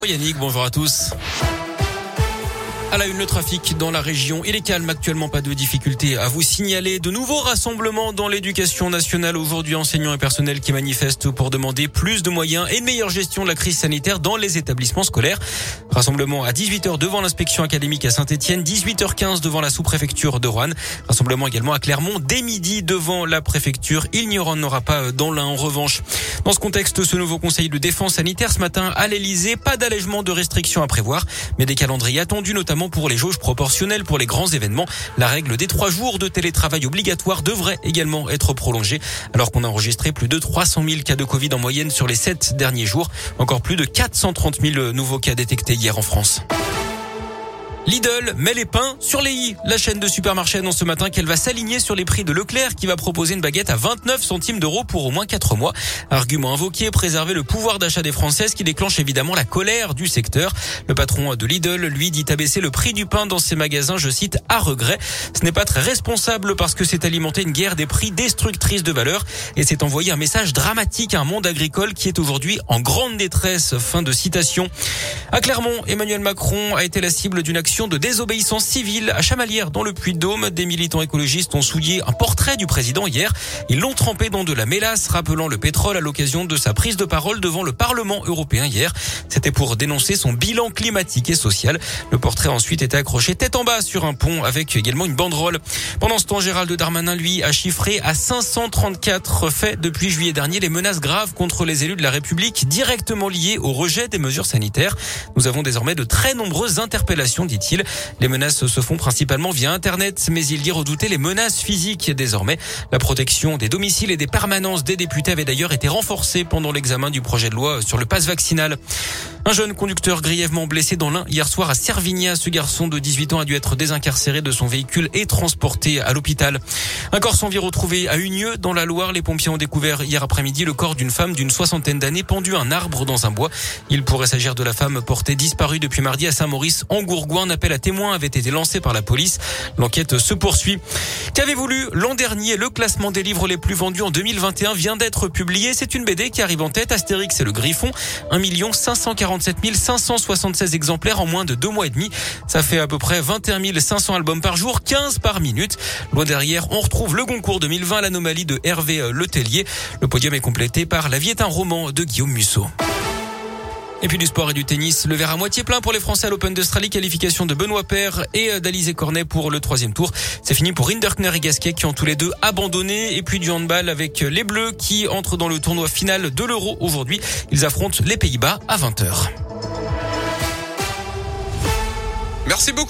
Yannick, bonjour à tous. À la une, le trafic dans la région. Il est calme actuellement, pas de difficultés à vous signaler. De nouveaux rassemblements dans l'éducation nationale. Aujourd'hui, enseignants et personnels qui manifestent pour demander plus de moyens et une meilleure gestion de la crise sanitaire dans les établissements scolaires. Rassemblement à 18h devant l'inspection académique à Saint-Etienne, 18h15 devant la sous-préfecture de Roanne. Rassemblement également à Clermont, dès midi devant la préfecture. Il n'y en aura pas dans l'Ain en revanche. Dans ce contexte, ce nouveau conseil de défense sanitaire ce matin à l'Elysée, pas d'allègement de restrictions à prévoir, mais des calendriers attendus, notamment pour les jauges proportionnelles pour les grands événements. La règle des 3 jours de télétravail obligatoire devrait également être prolongée, alors qu'on a enregistré plus de 300 000 cas de Covid en moyenne sur les 7 derniers jours. Encore plus de 430 000 nouveaux cas détectés hier en France. Lidl met les pains sur les i. La chaîne de supermarchés annonce ce matin qu'elle va s'aligner sur les prix de Leclerc qui va proposer une baguette à 29 centimes d'euros pour au moins 4 mois. Argument invoqué, préserver le pouvoir d'achat des Françaises qui déclenche évidemment la colère du secteur. Le patron de Lidl, lui, dit abaisser le prix du pain dans ses magasins, je cite, à regret. Ce n'est pas très responsable parce que c'est alimenter une guerre des prix destructrice de valeur et c'est envoyer un message dramatique à un monde agricole qui est aujourd'hui en grande détresse. Fin de citation. À Clermont, Emmanuel Macron a été la cible d'une action de désobéissance civile à Chamalières dans le Puy-de-Dôme. Des militants écologistes ont souillé un portrait du président hier. Ils l'ont trempé dans de la mélasse, rappelant le pétrole à l'occasion de sa prise de parole devant le Parlement européen hier. C'était pour dénoncer son bilan climatique et social. Le portrait a ensuite été accroché tête en bas sur un pont avec également une banderole. Pendant ce temps, Gérald Darmanin, lui, a chiffré à 534 faits depuis juillet dernier les menaces graves contre les élus de la République directement liées au rejet des mesures sanitaires. Nous avons désormais de très nombreuses interpellations, dit-il. Les menaces se font principalement via Internet, mais il dit redouter les menaces physiques désormais. La protection des domiciles et des permanences des députés avait d'ailleurs été renforcée pendant l'examen du projet de loi sur le pass vaccinal. Un jeune conducteur grièvement blessé dans l'Ain hier soir à Servignas. Ce garçon de 18 ans a dû être désincarcéré de son véhicule et transporté à l'hôpital. Un corps sans vie retrouvé à Unieux dans la Loire. Les pompiers ont découvert hier après-midi le corps d'une femme d'une 60aine d'années pendue à un arbre dans un bois. Il pourrait s'agir de la femme portée disparue depuis mardi à Saint-Maurice en Gourgoin. Un appel à témoins avait été lancé par la police. L'enquête se poursuit. Qu'avez-vous lu l'an dernier? Le classement des livres les plus vendus en 2021 vient d'être publié. C'est une BD qui arrive en tête. Astérix et le Griffon. 1 547 576 exemplaires en moins de 2 mois et demi. Ça fait à peu près 21 500 albums par jour, 15 par minute. Loin derrière, on retrouve le Goncourt 2020, l'Anomalie de Hervé Letellier. Le podium est complété par La vie est un roman de Guillaume Musso. Et puis du sport et du tennis, le verre à moitié plein pour les Français à l'Open d'Australie, qualification de Benoît Paire et d'Alizé Cornet pour le 3e tour. C'est fini pour Rinderkner et Gasquet qui ont tous les deux abandonné. Et puis du handball avec les Bleus qui entrent dans le tournoi final de l'Euro aujourd'hui. Ils affrontent les Pays-Bas à 20h. Merci beaucoup.